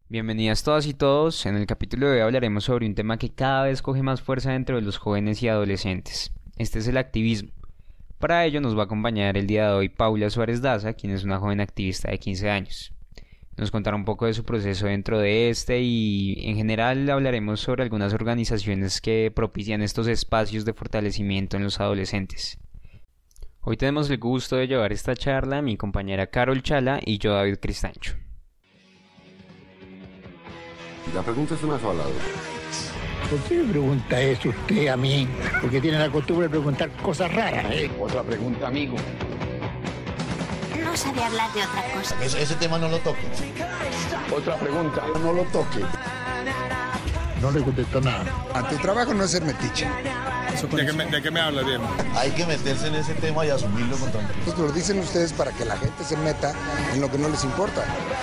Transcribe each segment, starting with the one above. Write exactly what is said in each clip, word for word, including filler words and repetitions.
Bienvenidas todas y todos. En el capítulo de hoy hablaremos sobre un tema que cada vez coge más fuerza dentro de los jóvenes y adolescentes. Este es el activismo. Para ello nos va a acompañar el día de hoy Paula Suárez Daza, quien es una joven activista de quince años. Nos contará un poco de su proceso dentro de este y en general hablaremos sobre algunas organizaciones que propician estos espacios de fortalecimiento en los adolescentes. Hoy tenemos el gusto de llevar esta charla a mi compañera Carol Chala y yo, David Cristancho. La pregunta es una sola. ¿Por qué me pregunta eso usted a mí? Porque tiene la costumbre de preguntar cosas raras, ¿eh? Otra pregunta, amigo. No sabe hablar de otra cosa. Ese, ese tema no lo toque. Otra pregunta, no lo toque. No le contestó nada. A tu trabajo no es ser metiche. ¿De qué, me, ¿De qué me habla bien? Hay que meterse en ese tema y asumirlo con tranquilidad. Pues lo dicen ustedes para que la gente se meta en lo que no les importa.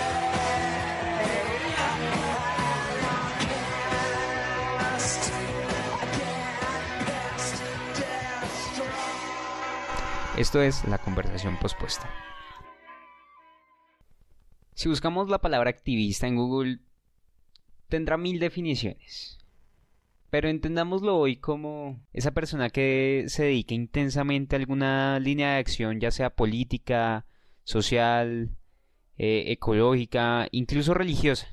Esto es la conversación pospuesta. Si buscamos la palabra activista en Google, tendrá mil definiciones. Pero entendámoslo hoy como esa persona que se dedica intensamente a alguna línea de acción, ya sea política, social, eh, ecológica, incluso religiosa.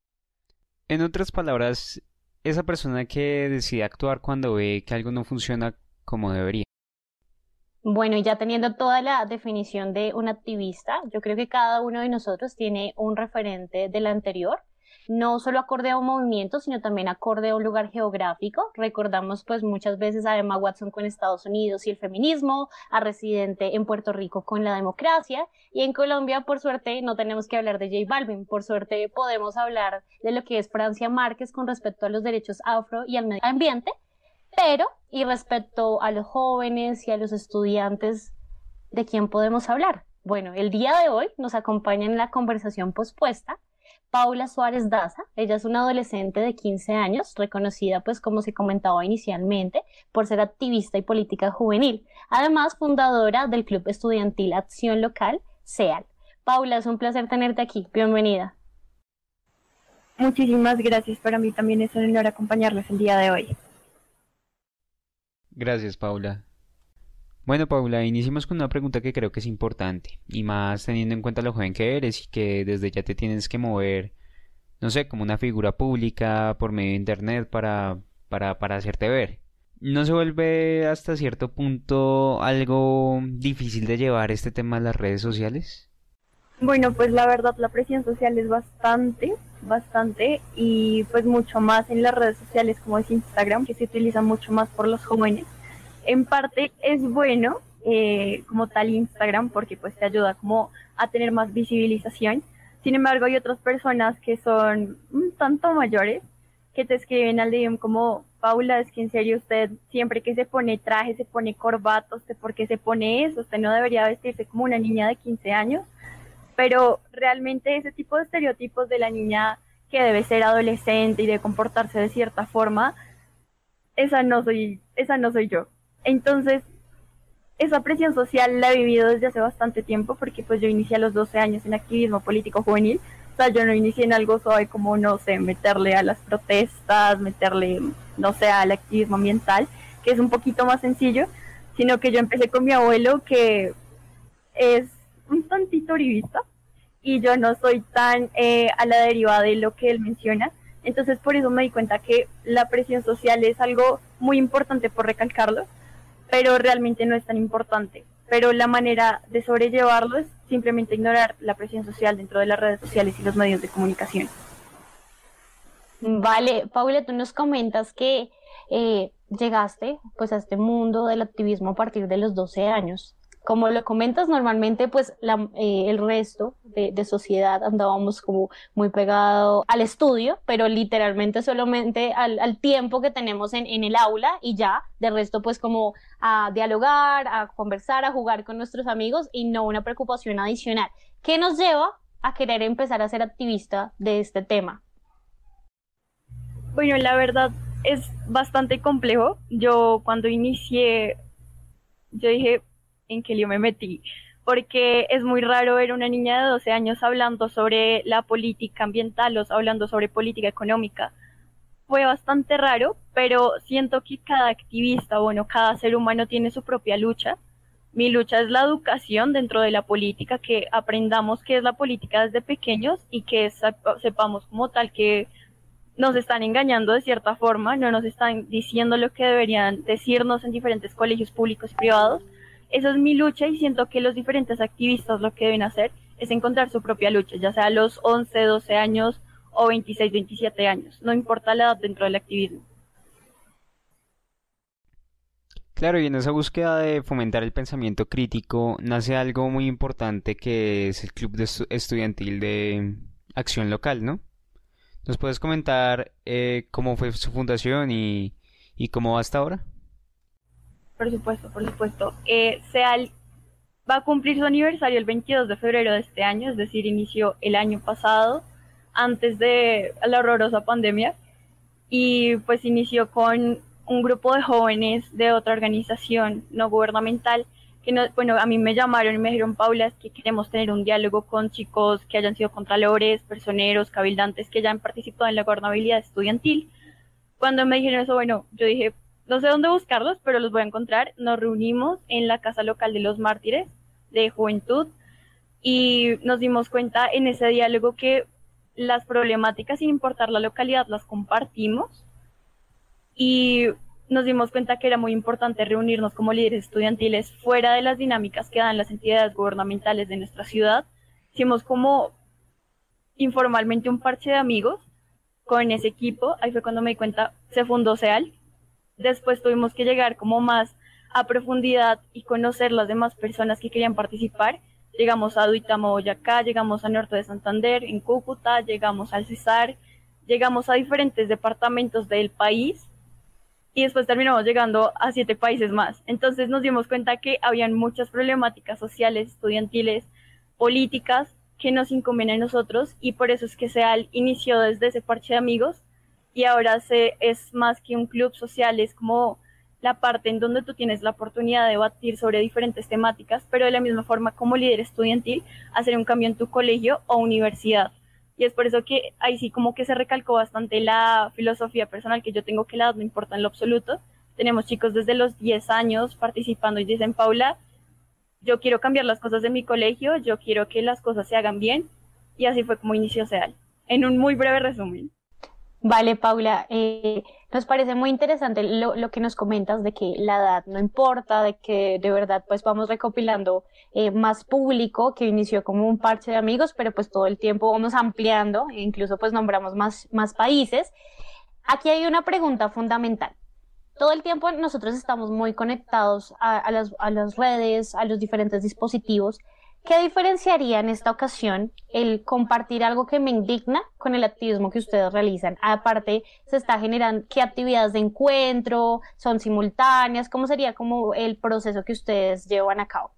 En otras palabras, esa persona que decide actuar cuando ve que algo no funciona como debería. Bueno, y ya teniendo toda la definición de un activista, yo creo que cada uno de nosotros tiene un referente del anterior, no solo acorde a un movimiento, sino también acorde a un lugar geográfico. Recordamos pues muchas veces a Emma Watson con Estados Unidos y el feminismo, a Residente en Puerto Rico con la democracia, y en Colombia, por suerte, no tenemos que hablar de J Balvin, por suerte podemos hablar de lo que es Francia Márquez con respecto a los derechos afro y al medio ambiente. Pero, y respecto a los jóvenes y a los estudiantes, ¿de quién podemos hablar? Bueno, el día de hoy nos acompaña en la conversación pospuesta Paula Suárez Daza. Ella es una adolescente de quince años, reconocida, pues como se comentaba inicialmente, por ser activista y política juvenil. Además, fundadora del Club Estudiantil Acción Local, CEAL. Paula, es un placer tenerte aquí. Bienvenida. Muchísimas gracias. Para mí también es un honor acompañarles el día de hoy. Gracias, Paula. Bueno, Paula, iniciemos con una pregunta que creo que es importante, y más teniendo en cuenta lo joven que eres y que desde ya te tienes que mover, no sé, como una figura pública por medio de internet para, para, para hacerte ver. ¿No se vuelve hasta cierto punto algo difícil de llevar este tema a las redes sociales? Bueno, pues la verdad la presión social es bastante, bastante, y pues mucho más en las redes sociales como es Instagram, que se utiliza mucho más por los jóvenes. En parte es bueno eh, como tal Instagram, porque pues te ayuda como a tener más visibilización. Sin embargo, hay otras personas que son un tanto mayores que te escriben al D M como: Paula, es que en serio usted siempre que se pone traje, se pone corbata, ¿usted por qué se pone eso? Usted no debería vestirse como una niña de quince años. Pero realmente ese tipo de estereotipos de la niña que debe ser adolescente y de comportarse de cierta forma, esa no soy, esa no soy yo. Entonces, esa presión social la he vivido desde hace bastante tiempo, porque pues yo inicié a los doce años en activismo político juvenil. O sea, yo no inicié en algo suave como, no sé, meterle a las protestas, meterle, no sé, al activismo ambiental, que es un poquito más sencillo, sino que yo empecé con mi abuelo, que es un tantito uribista, y yo no soy tan eh, a la deriva de lo que él menciona. Entonces por eso me di cuenta que la presión social es algo muy importante por recalcarlo, pero realmente no es tan importante. Pero la manera de sobrellevarlo es simplemente ignorar la presión social dentro de las redes sociales y los medios de comunicación. Vale, Paula, tú nos comentas que eh, llegaste pues a este mundo del activismo a partir de los doce años. Como lo comentas, normalmente pues la, eh, el resto de, de sociedad andábamos como muy pegado al estudio, pero literalmente solamente al, al tiempo que tenemos en, en el aula, y ya, de resto pues como a dialogar, a conversar, a jugar con nuestros amigos, y no una preocupación adicional. ¿Qué nos lleva a querer empezar a ser activista de este tema? Bueno, la verdad es bastante complejo. Yo cuando inicié, yo dije, ¿en qué lío me metí? porque es muy raro ver una niña de doce años hablando sobre la política ambiental o hablando sobre política económica. Fue bastante raro, pero siento que cada activista, bueno, cada ser humano tiene su propia lucha. Mi lucha es la educación dentro de la política, que aprendamos qué es la política desde pequeños y que sepamos como tal que nos están engañando de cierta forma, no nos están diciendo lo que deberían decirnos en diferentes colegios públicos y privados. Esa es mi lucha y siento que los diferentes activistas lo que deben hacer es encontrar su propia lucha, ya sea a los once, doce años o veintiséis, veintisiete años, no importa la edad dentro del activismo. Claro, y en esa búsqueda de fomentar el pensamiento crítico nace algo muy importante que es el Club de Estu- Estudiantil de Acción Local, ¿no? ¿Nos puedes comentar eh, cómo fue su fundación y, y cómo va hasta ahora? Por supuesto, por supuesto. Eh, SEAL va a cumplir su aniversario el veintidós de febrero de este año, es decir, inició el año pasado, antes de la horrorosa pandemia, y pues inició con un grupo de jóvenes de otra organización no gubernamental que no, bueno, a mí me llamaron y me dijeron, Paula, es que queremos tener un diálogo con chicos que hayan sido contralores, personeros, cabildantes, que hayan participado en la gobernabilidad estudiantil. Cuando me dijeron eso, bueno, yo dije, no sé dónde buscarlos, pero los voy a encontrar. Nos reunimos en la Casa Local de los Mártires de Juventud y nos dimos cuenta en ese diálogo que las problemáticas, sin importar la localidad, las compartimos y nos dimos cuenta que era muy importante reunirnos como líderes estudiantiles fuera de las dinámicas que dan las entidades gubernamentales de nuestra ciudad. Hicimos como informalmente un parche de amigos con ese equipo. Ahí fue cuando me di cuenta, se fundó SEAL. Después tuvimos que llegar como más a profundidad y conocer las demás personas que querían participar. Llegamos a Duitama, Boyacá, llegamos a Norte de Santander, en Cúcuta, llegamos al Cesar, llegamos a diferentes departamentos del país y después terminamos llegando a siete países más. Entonces nos dimos cuenta que habían muchas problemáticas sociales, estudiantiles, políticas que nos incumben a nosotros y por eso es que SEAL inició desde ese parche de amigos y ahora se, es más que un club social, es como la parte en donde tú tienes la oportunidad de debatir sobre diferentes temáticas, pero de la misma forma como líder estudiantil, hacer un cambio en tu colegio o universidad. Y es por eso que ahí sí como que se recalcó bastante la filosofía personal que yo tengo, que la edad no importa en lo absoluto. Tenemos chicos desde los diez años participando y dicen, Paula, yo quiero cambiar las cosas de mi colegio, yo quiero que las cosas se hagan bien. Y así fue como inició SEAL, en un muy breve resumen. Vale, Paula, eh, nos parece muy interesante lo, lo que nos comentas de que la edad no importa, de que de verdad pues vamos recopilando eh, más público que inició como un parche de amigos, pero pues todo el tiempo vamos ampliando e incluso pues nombramos más, más países. Aquí hay una pregunta fundamental. Todo el tiempo nosotros estamos muy conectados a, a, las, a las redes, a los diferentes dispositivos. ¿Qué diferenciaría en esta ocasión el compartir algo que me indigna con el activismo que ustedes realizan? Aparte, se está generando, ¿qué actividades de encuentro? ¿Son simultáneas? ¿Cómo sería como el proceso que ustedes llevan a cabo?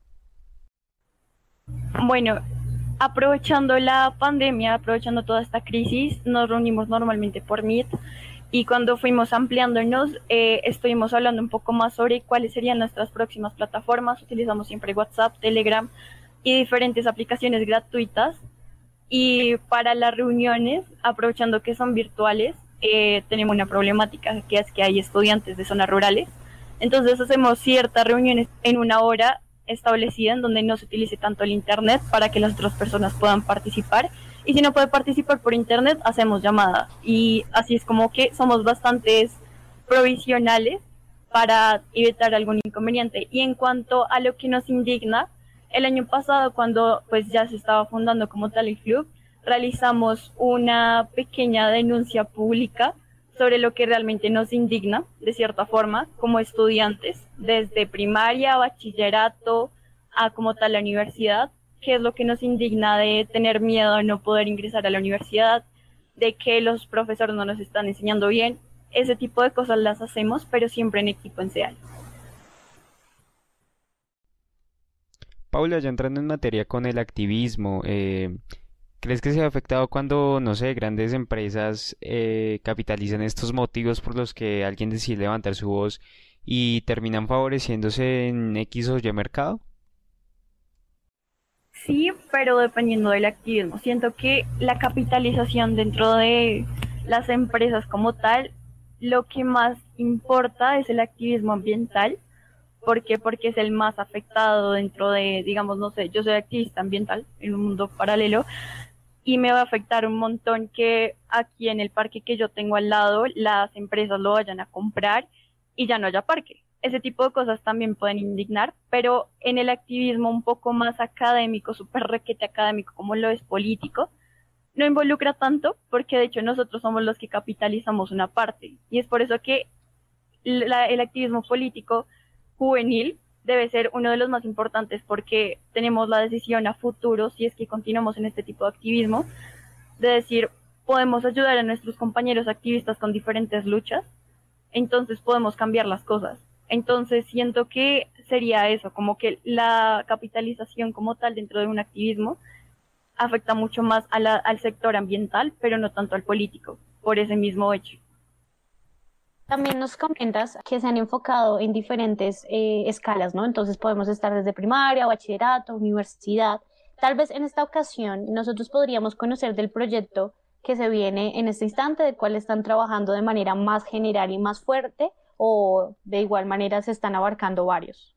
Bueno, aprovechando la pandemia, aprovechando toda esta crisis, nos reunimos normalmente por Meet y cuando fuimos ampliándonos, eh, estuvimos hablando un poco más sobre cuáles serían nuestras próximas plataformas. Utilizamos siempre WhatsApp, Telegram y diferentes aplicaciones gratuitas. Y para las reuniones, aprovechando que son virtuales, eh, tenemos una problemática que es que hay estudiantes de zonas rurales. Entonces hacemos ciertas reuniones en una hora establecida en donde no se utilice tanto el internet para que las otras personas puedan participar. Y si no puede participar por internet, hacemos llamada. Y así es como que somos bastantes provisionales para evitar algún inconveniente. Y en cuanto a lo que nos indigna, el año pasado, cuando pues ya se estaba fundando como tal el club, realizamos una pequeña denuncia pública sobre lo que realmente nos indigna, de cierta forma, como estudiantes, desde primaria, bachillerato, a como tal la universidad, qué es lo que nos indigna de tener miedo a no poder ingresar a la universidad, de que los profesores no nos están enseñando bien. Ese tipo de cosas las hacemos, pero siempre en equipo en SEAL. Paula, ya entrando en materia con el activismo, eh, ¿crees que se ha afectado cuando, no sé, grandes empresas eh, capitalizan estos motivos por los que alguien decide levantar su voz y terminan favoreciéndose en X o Y mercado? Sí, pero dependiendo del activismo. Siento que la capitalización dentro de las empresas como tal, lo que más importa es el activismo ambiental. ¿Por qué? Porque es el más afectado dentro de, digamos, no sé, yo soy activista ambiental en un mundo paralelo y me va a afectar un montón que aquí en el parque que yo tengo al lado las empresas lo vayan a comprar y ya no haya parque. Ese tipo de cosas también pueden indignar, pero en el activismo un poco más académico, súper requete académico como lo es político, no involucra tanto porque de hecho nosotros somos los que capitalizamos una parte y es por eso que la, el activismo político juvenil debe ser uno de los más importantes porque tenemos la decisión a futuro, si es que continuamos en este tipo de activismo, de decir, podemos ayudar a nuestros compañeros activistas con diferentes luchas, entonces podemos cambiar las cosas. Entonces siento que sería eso, como que la capitalización como tal dentro de un activismo afecta mucho más a la, al sector ambiental, pero no tanto al político, por ese mismo hecho. También nos comentas que se han enfocado en diferentes eh, escalas, ¿no? Entonces podemos estar desde primaria, bachillerato, universidad. Tal vez en esta ocasión nosotros podríamos conocer del proyecto que se viene en este instante, del cual están trabajando de manera más general y más fuerte, o de igual manera se están abarcando varios.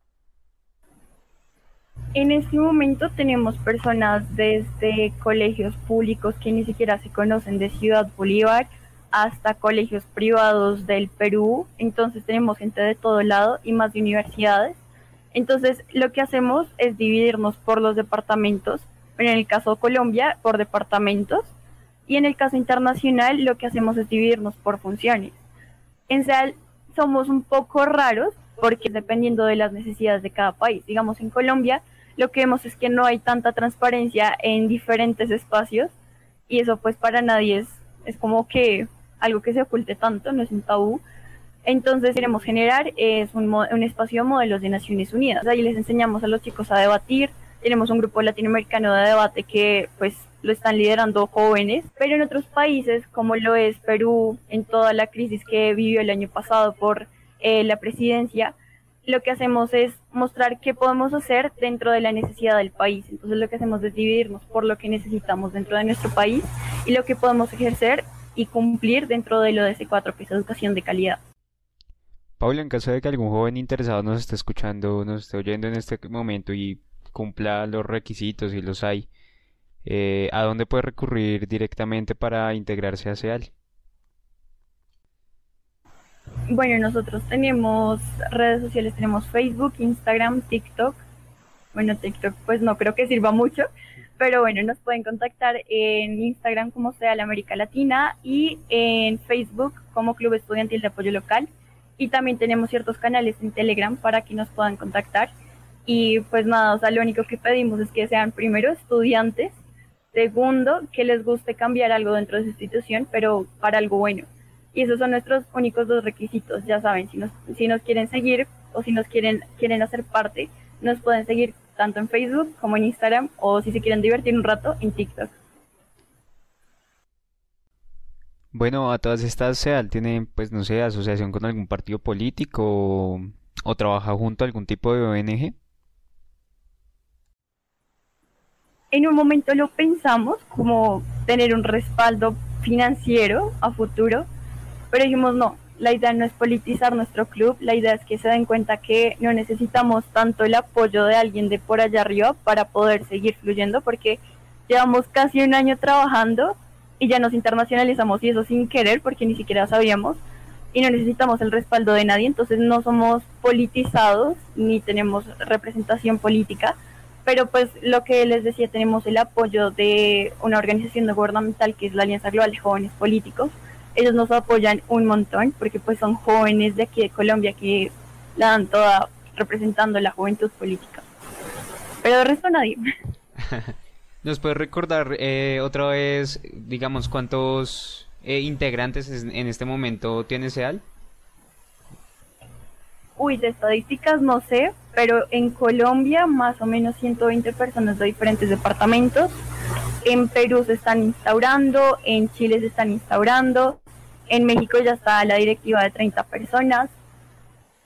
En este momento tenemos personas desde colegios públicos que ni siquiera se conocen de Ciudad Bolívar, hasta colegios privados del Perú, entonces tenemos gente de todo lado y más de universidades. Entonces lo que hacemos es dividirnos por los departamentos, en el caso de Colombia por departamentos y en el caso internacional lo que hacemos es dividirnos por funciones. En S E A L somos un poco raros porque dependiendo de las necesidades de cada país, digamos en Colombia lo que vemos es que no hay tanta transparencia en diferentes espacios y eso pues para nadie es, es como que algo que se oculte tanto, no es un tabú. Entonces queremos generar es un, un espacio de modelos de Naciones Unidas. Ahí les enseñamos a los chicos a debatir, tenemos un grupo latinoamericano de debate que pues lo están liderando jóvenes, pero en otros países como lo es Perú, en toda la crisis que vivió el año pasado por eh, la presidencia, lo que hacemos es mostrar qué podemos hacer dentro de la necesidad del país. Entonces lo que hacemos es dividirnos por lo que necesitamos dentro de nuestro país y lo que podemos ejercer y cumplir dentro de lo de C cuatro, que es educación de calidad. Paula, en caso de que algún joven interesado nos esté escuchando, nos esté oyendo en este momento y cumpla los requisitos y los hay, eh, ¿a dónde puede recurrir directamente para integrarse a S E A L? Bueno, nosotros tenemos redes sociales, tenemos Facebook, Instagram, TikTok. Bueno, TikTok pues no creo que sirva mucho, pero bueno, nos pueden contactar en Instagram como S E A L América Latina y en Facebook como Club Estudiantil de Apoyo Local. Y también tenemos ciertos canales en Telegram para que nos puedan contactar. Y pues nada, o sea, lo único que pedimos es que sean primero estudiantes, segundo, que les guste cambiar algo dentro de su institución, pero para algo bueno. Y esos son nuestros únicos dos requisitos, ya saben, si nos, si nos quieren seguir o si nos quieren, quieren hacer parte, nos pueden seguir tanto en Facebook como en Instagram o si se quieren divertir un rato en TikTok. Bueno, a todas estas S E A L tiene, pues no sé, asociación con algún partido político o, o trabaja junto a algún tipo de O N G. En un momento lo pensamos como tener un respaldo financiero a futuro, pero dijimos no, la idea no es politizar nuestro club, la idea es que se den cuenta que no necesitamos tanto el apoyo de alguien de por allá arriba para poder seguir fluyendo, porque llevamos casi un año trabajando y ya nos internacionalizamos y eso sin querer porque ni siquiera sabíamos y no necesitamos el respaldo de nadie, entonces no somos politizados ni tenemos representación política, pero pues lo que les decía, tenemos el apoyo de una organización no gubernamental que es la Alianza Global de Jóvenes Políticos. Ellos nos apoyan un montón porque pues son jóvenes de aquí de Colombia que la dan toda representando la juventud política, pero de resto nadie. ¿Nos puedes recordar eh, otra vez, digamos, cuántos eh, integrantes es- en este momento tiene S E A L? Uy, de estadísticas no sé, pero en Colombia más o menos ciento veinte personas de diferentes departamentos. En Perú se están instaurando, en Chile se están instaurando, en México ya está la directiva de treinta personas,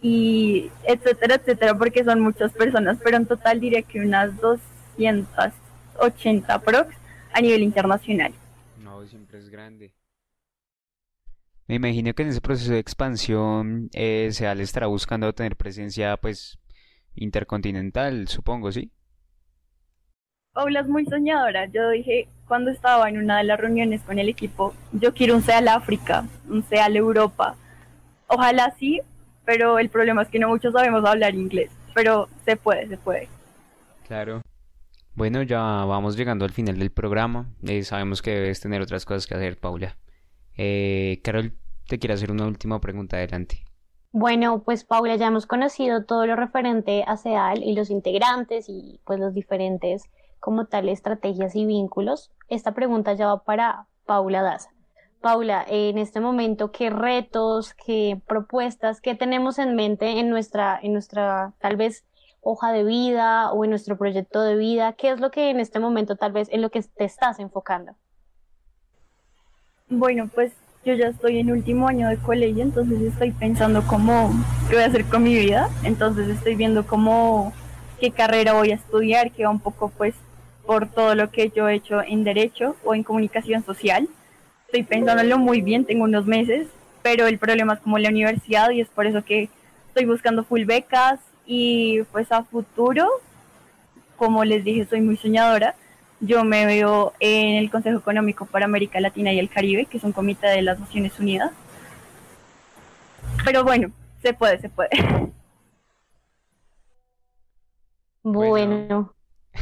y etcétera, etcétera, porque son muchas personas, pero en total diría que unas doscientas ochenta prox a nivel internacional. No, siempre es grande. Me imagino que en ese proceso de expansión eh, SEAL estará buscando tener presencia pues intercontinental, supongo, ¿sí? Paula es muy soñadora. Yo dije cuando estaba en una de las reuniones con el equipo, yo quiero un SEAL África, un SEAL Europa. Ojalá sí, pero el problema es que no muchos sabemos hablar inglés, pero se puede, se puede. Claro. Bueno, ya vamos llegando al final del programa. Eh, sabemos que debes tener otras cosas que hacer, Paula. Eh, Carol, te quiero hacer una última pregunta, adelante. Bueno, pues Paula, ya hemos conocido todo lo referente a SEAL y los integrantes y pues los diferentes como tal estrategias y vínculos. Esta pregunta ya va para Paula Daza. Paula, en este momento, ¿qué retos, qué propuestas, qué tenemos en mente en nuestra, en nuestra tal vez hoja de vida o en nuestro proyecto de vida? ¿Qué es lo que en este momento tal vez en lo que te estás enfocando? Bueno, pues yo ya estoy en último año de colegio, entonces estoy pensando cómo, qué voy a hacer con mi vida. Entonces estoy viendo cómo, qué carrera voy a estudiar, que va un poco pues por todo lo que yo he hecho en Derecho o en Comunicación Social. Estoy pensándolo muy bien, tengo unos meses, pero el problema es como la universidad y es por eso que estoy buscando full becas y pues a futuro, como les dije, soy muy soñadora. Yo me veo en el Consejo Económico para América Latina y el Caribe, que es un comité de las Naciones Unidas. Pero bueno, se puede, se puede. Bueno.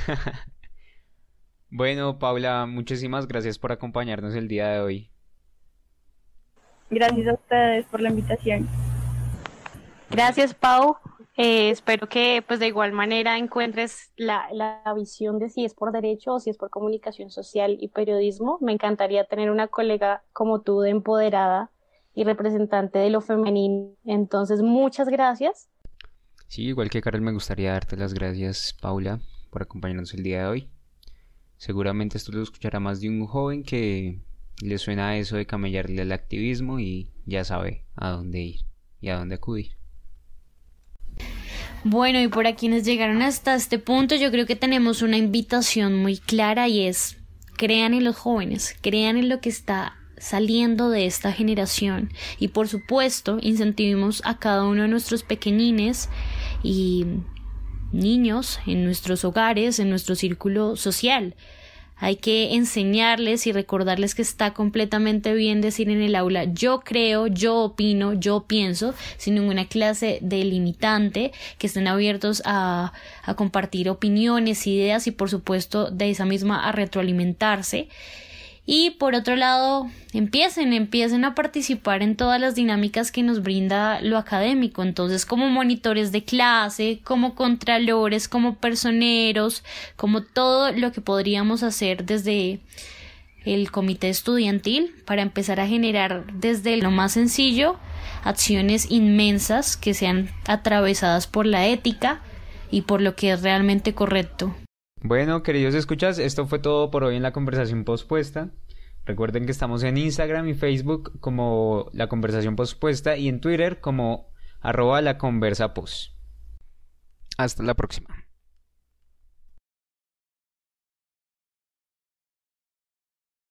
Bueno, Paula, muchísimas gracias por acompañarnos el día de hoy. Gracias a ustedes por la invitación. Gracias, Pau. Eh, espero que pues de igual manera encuentres la, la visión de si es por derecho o si es por comunicación social y periodismo. Me encantaría tener una colega como tú de empoderada y representante de lo femenino. Entonces, muchas gracias. Sí, igual que Carol, me gustaría darte las gracias, Paula, por acompañarnos el día de hoy. Seguramente esto lo escuchará más de un joven que le suena a eso de camellarle al activismo y ya sabe a dónde ir y a dónde acudir. Bueno, y para quienes llegaron hasta este punto, yo creo que tenemos una invitación muy clara y es: crean en los jóvenes, crean en lo que está saliendo de esta generación y por supuesto incentivemos a cada uno de nuestros pequeñines y niños en nuestros hogares, en nuestro círculo social. Hay que enseñarles y recordarles que está completamente bien decir en el aula yo creo, yo opino, yo pienso, sin ninguna clase de limitante, que estén abiertos a, a compartir opiniones, ideas y por supuesto de esa misma a retroalimentarse. Y por otro lado, empiecen, empiecen a participar en todas las dinámicas que nos brinda lo académico. Entonces, como monitores de clase, como contralores, como personeros, como todo lo que podríamos hacer desde el comité estudiantil para empezar a generar desde lo más sencillo acciones inmensas que sean atravesadas por la ética y por lo que es realmente correcto. Bueno, queridos escuchas, esto fue todo por hoy en la conversación pospuesta. Recuerden que estamos en Instagram y Facebook como La Conversación Pospuesta y en Twitter como arroba la conversa post. Hasta la próxima.